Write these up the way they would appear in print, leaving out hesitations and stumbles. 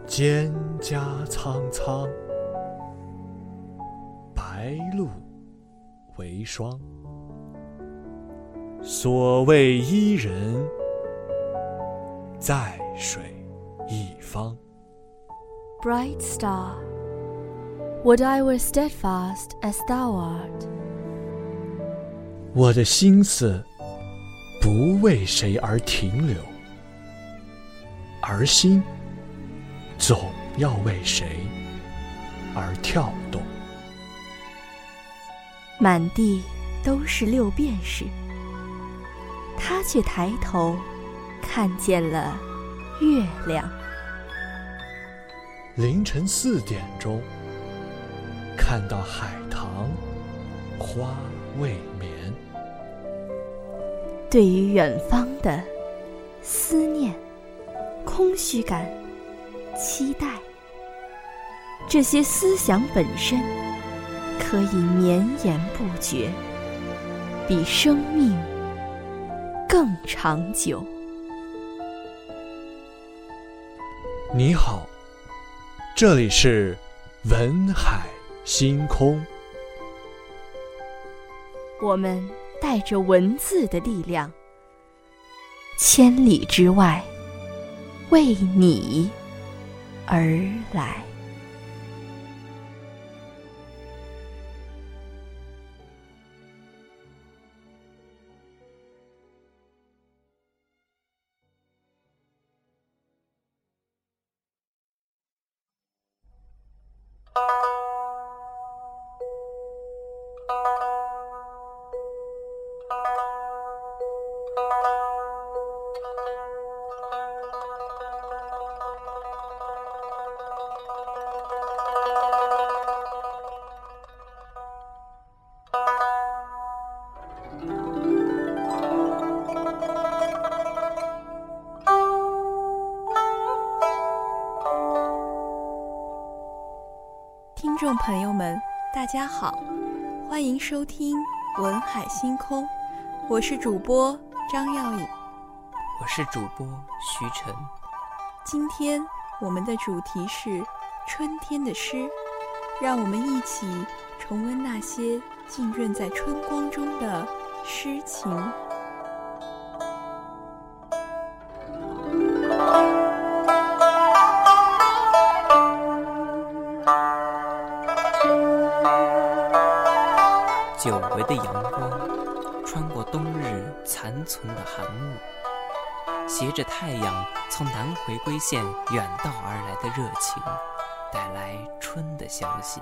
蒹葭苍苍，白露为霜。所谓伊人，在水一方。 Bright star, would I were steadfast as thou art. 我的心思不为谁而停留，而心总要为谁而跳动。 满地都是六便士，他却抬头看见了月亮。 凌晨4点钟，看到海棠花未眠。 对于远方的思念、空虚感、期待，这些思想本身可以绵延不绝，比生命更长久。 你好，这里是文海星空。 我们带着文字的力量，千里之外，为你而来。 听众朋友们，大家好，欢迎收听文海星空，我是主播张耀颖， 我是主播徐晨。 今天我们的主题是春天的诗，让我们一起重温那些浸润在春光中的诗情。 久违的阳光穿过冬日残存的寒雾，携着太阳从南回归线远道而来的热情，带来春的消息。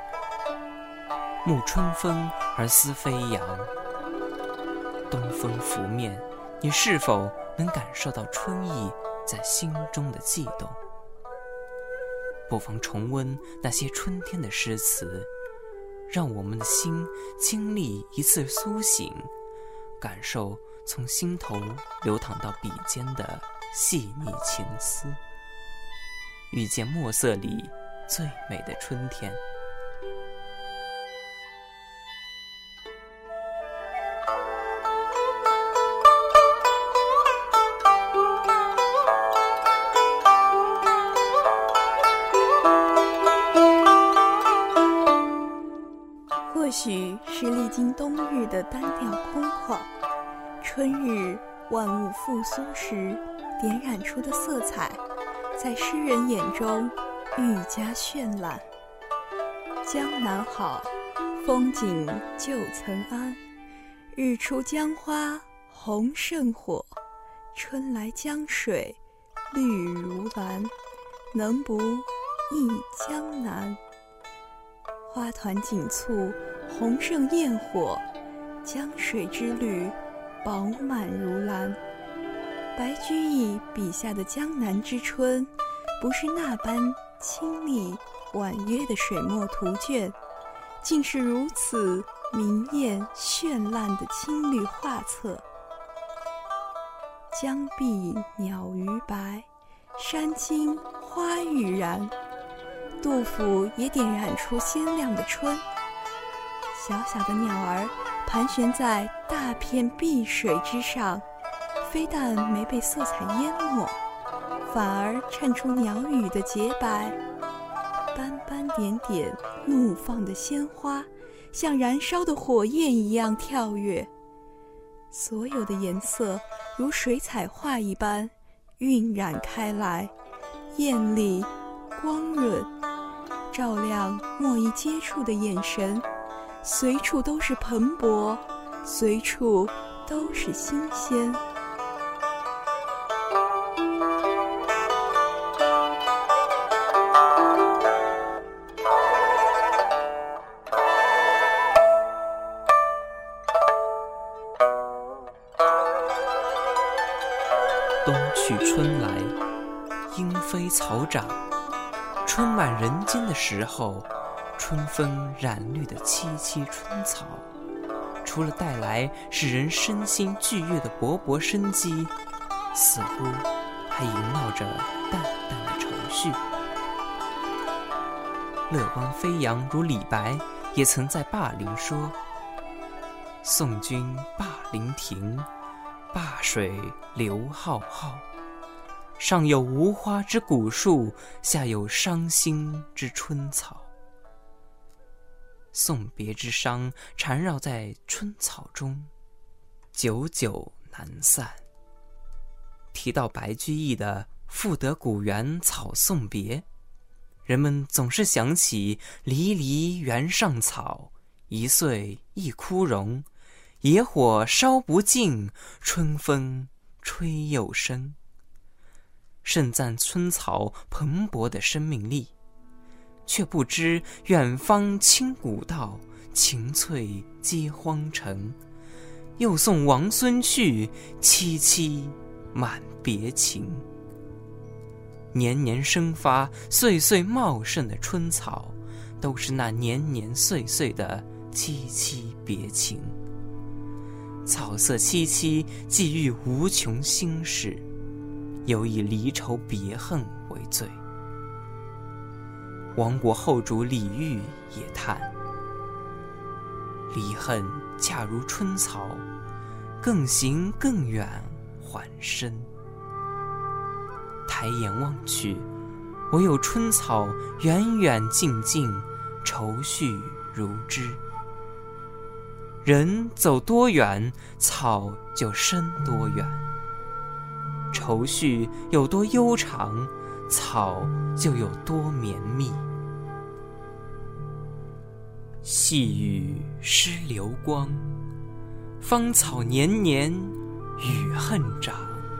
沐春风而思飞扬，东风拂面，你是否能感受到春意在心中的悸动？不妨重温那些春天的诗词，让我们的心经历一次苏醒，感受从心头流淌到笔尖的细腻情思，遇见墨色里最美的春天。 或许是历经冬日的单调空旷，春日万物复苏时点染出的色彩，在诗人眼中愈加绚烂。江南好，风景旧曾谙，日出江花红胜火，春来江水绿如蓝，能不忆江南？花团锦簇，红胜焰火，江水之绿饱满如蓝。白居易笔下的江南之春，不是那般清丽婉约的水墨图卷，竟是如此明艳绚烂的青绿画册。江碧鸟鱼白，山青花欲燃。杜甫也点染出鲜亮的春。小小的鸟儿盘旋在大片碧水之上，非但没被色彩淹没， 反而衬出鸟语的洁白。斑斑点点怒放的鲜花，像燃烧的火焰一样跳跃，所有的颜色如水彩画一般晕染开来，艳丽光润，照亮莫一接触的眼神，随处都是蓬勃，随处都是新鲜。 冬去春来，莺飞草长，春满人间的时候，春风染绿的萋萋春草，除了带来使人身心俱悦的勃勃生机，似乎还萦绕着淡淡的愁绪。乐观飞扬如李白也曾在霸陵说：送君霸陵亭，灞水流浩浩，上有无花之古树，下有伤心之春草。送别之伤缠绕在春草中，久久难散。提到白居易的赋得古原草送别，人们总是想起离离原上草，一岁一枯荣，野火烧不尽，春风吹又生。盛赞春草蓬勃的生命力，却不知远方清古道，晴翠接荒城。又送王孙去，萋萋满别情。年年生发，岁岁茂盛的春草，都是那年年岁岁的凄凄别情。草色萋萋，寄寓无穷心事，又以离愁别恨为最。亡国后主李煜也叹：离恨恰如春草，更行更远还深。抬眼望去，唯有春草远远近近，愁绪如织。人走多远，草就生多远；愁绪有多悠长，草就有多绵密。细雨湿流光，芳草年年与恨长。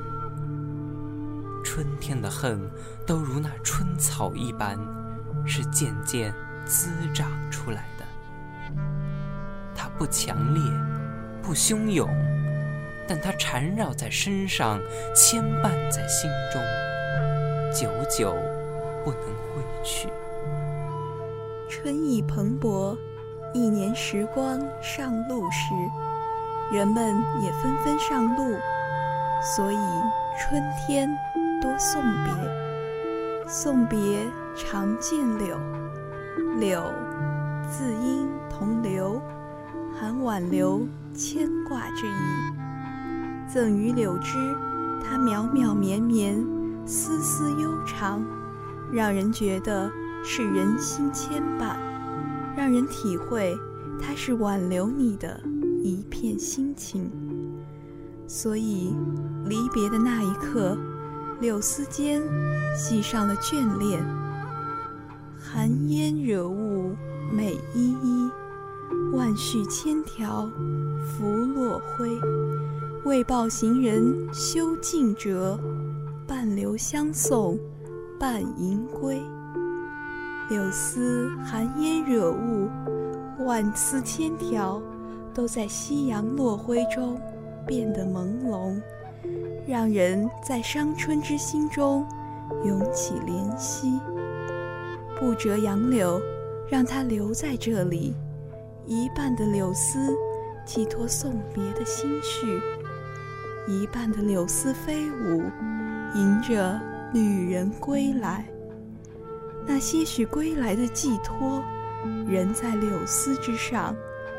春天的恨都如那春草一般，是渐渐滋长出来的。它不强烈，不汹涌，但它缠绕在身上，牵绊在心中，久久不能挥去。 春意蓬勃，一年时光上路时，人们也纷纷上路，所以春天多送别。送别常见柳，柳字音同流，含挽留牵挂之意。赠予柳枝，它渺渺绵绵，丝丝悠长，让人觉得是人心牵绊，让人体会它是挽留你的一片心情。所以离别的那一刻，柳丝间系上了眷恋。寒烟惹雾美依依，万絮千条拂落晖。为报行人休尽折，半留相送半迎归。柳丝寒烟惹雾，万丝千条，都在夕阳落晖中变得朦胧，让人在伤春之心中涌起怜惜。不折杨柳，让它留在这里，一半的柳丝寄托送别的心绪，一半的柳丝飞舞，迎着旅人归来。那些许归来的寄托，仍在柳丝之上。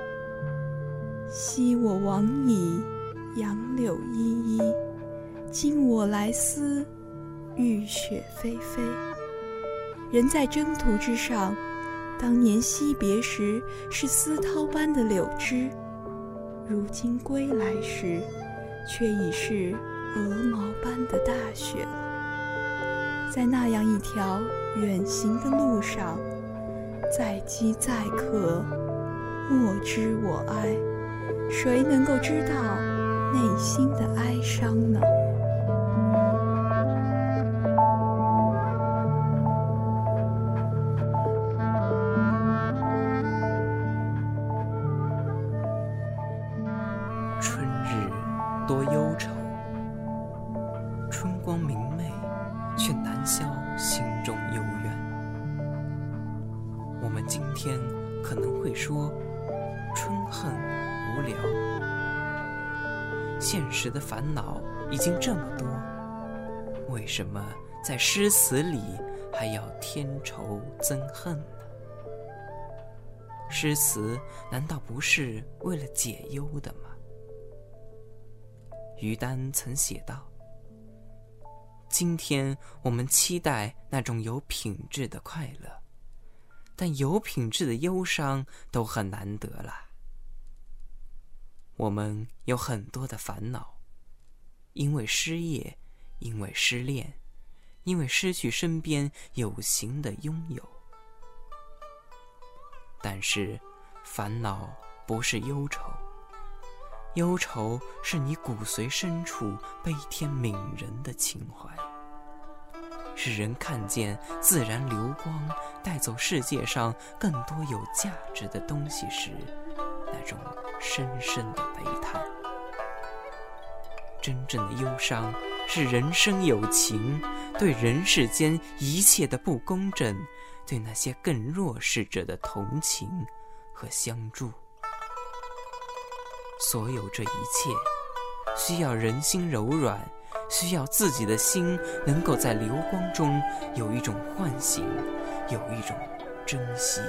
昔我往矣，杨柳依依，今我来思， 浴雪霏霏。人在征途之上，当年惜别时是丝绦般的柳枝，如今归来时却已是鹅毛般的大雪了。在那样一条远行的路上，载饥载渴，莫知我哀，谁能够知道内心的哀伤呢？ 春日多忧愁，春光明媚，却难消心中幽怨。我们今天可能会说，春恨无聊。现实的烦恼已经这么多，为什么在诗词里还要添愁增恨呢？诗词难道不是为了解忧的吗？于丹曾写道，今天我们期待那种有品质的快乐，但有品质的忧伤都很难得了。我们有很多的烦恼，因为失业，因为失恋，因为失去身边有形的拥有。但是烦恼不是忧愁，忧愁是你骨髓深处悲天悯人的情怀，是人看见自然流光带走世界上更多有价值的东西时那种深深的悲叹。真正的忧伤是人生有情，对人世间一切的不公正，对那些更弱势者的同情和相助。所有这一切需要人心柔软，需要自己的心能够在流光中有一种唤醒，有一种珍惜。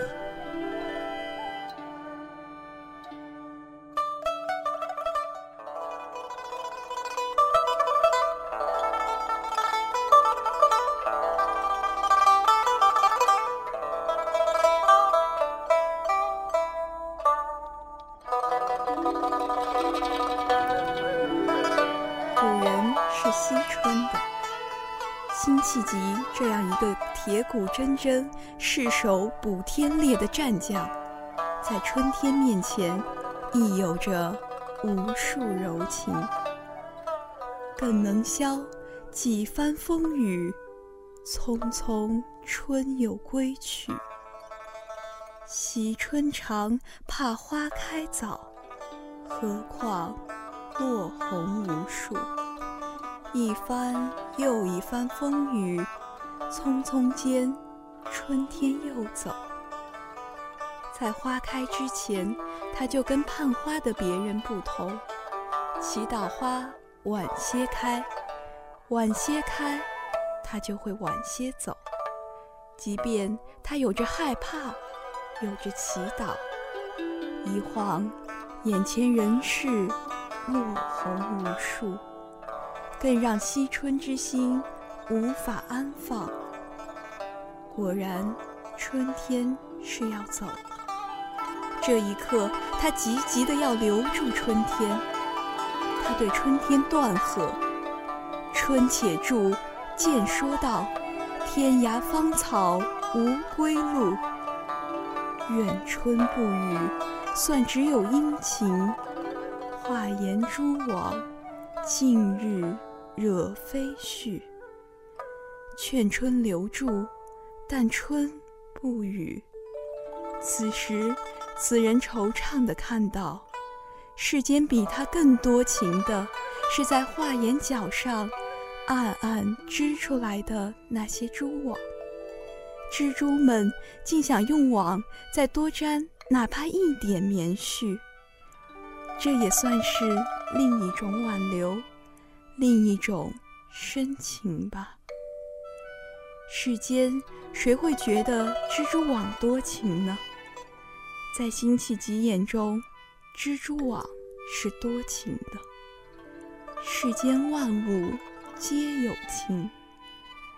古人是惜春的，辛弃疾这样一个铁骨铮铮、誓守补天烈的战将，在春天面前亦有着无数柔情。更能消几番风雨，匆匆春又归去。惜春长，怕花开早，何况落红无数。一番又一番风雨，匆匆间春天又走。在花开之前，它就跟盼花的别人不同，祈祷花晚些开，晚些开，它就会晚些走。即便它有着害怕，有着祈祷，一晃眼前仍是落红无数，更让惜春之心无法安放。果然春天是要走了，这一刻他急急地要留住春天。他对春天断喝：春且住，见说道，天涯芳草无归路。愿春不语，算只有阴晴。画檐蛛网，近日惹飞絮。劝春留住，但春不语。此时此人惆怅地看到，世间比他更多情的是在画檐角上暗暗织出来的那些蛛网。蜘蛛们竟想用网再多沾哪怕一点棉絮，这也算是另一种挽留，另一种深情吧。世间谁会觉得蜘蛛网多情呢？在辛弃疾眼中，蜘蛛网是多情的。世间万物皆有情，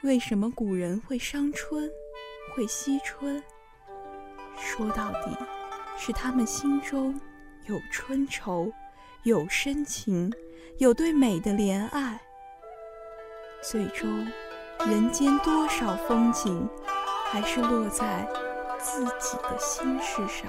为什么古人会伤春，会惜春？说到底，是他们心中有春愁，有深情，有对美的怜爱。最终，人间多少风景，还是落在自己的心事上。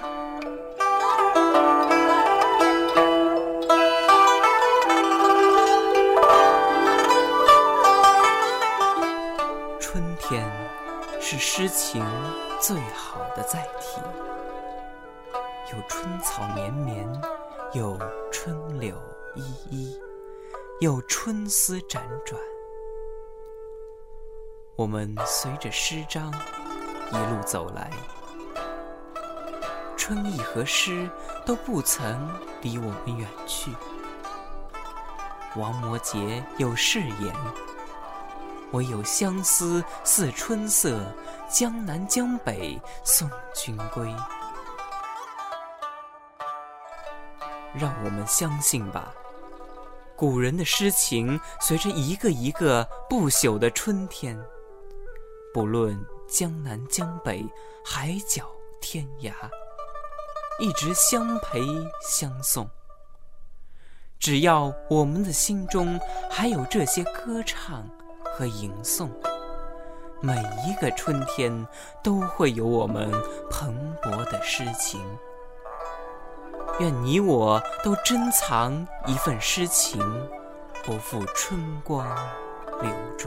春天是诗情最好的载体，有春草绵绵，有春柳依依，有春丝辗转。我们随着诗章一路走来，春意和诗都不曾离我们远去。王摩诘有誓言：唯有相思似春色，江南江北送君归。让我们相信吧，古人的诗情随着一个一个不朽的春天，不论江南江北，海角天涯，一直相陪相送。只要我们的心中还有这些歌唱和吟诵，每一个春天都会有我们蓬勃的诗情。愿你我都珍藏一份诗情，不负春光流转。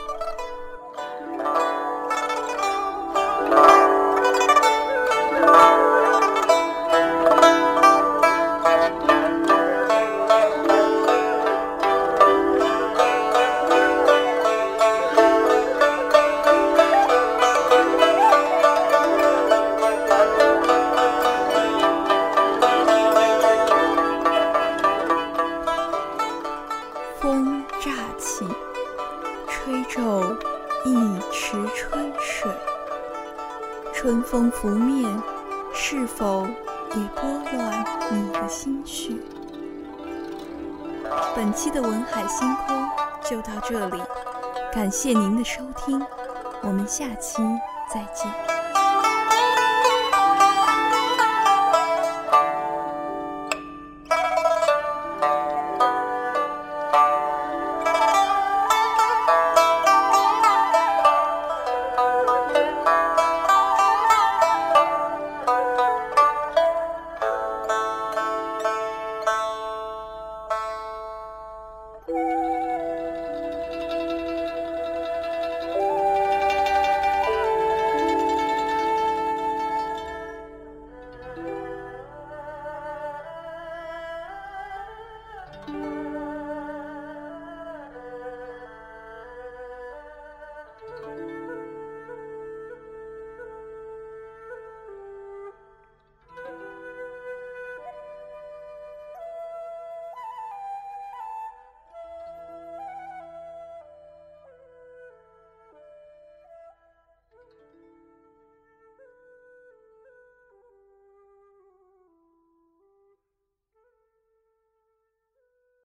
风乍起，吹皱一池春水。春风拂面，是否也拨乱你的心绪？本期的文海星空就到这里，感谢您的收听，我们下期再见。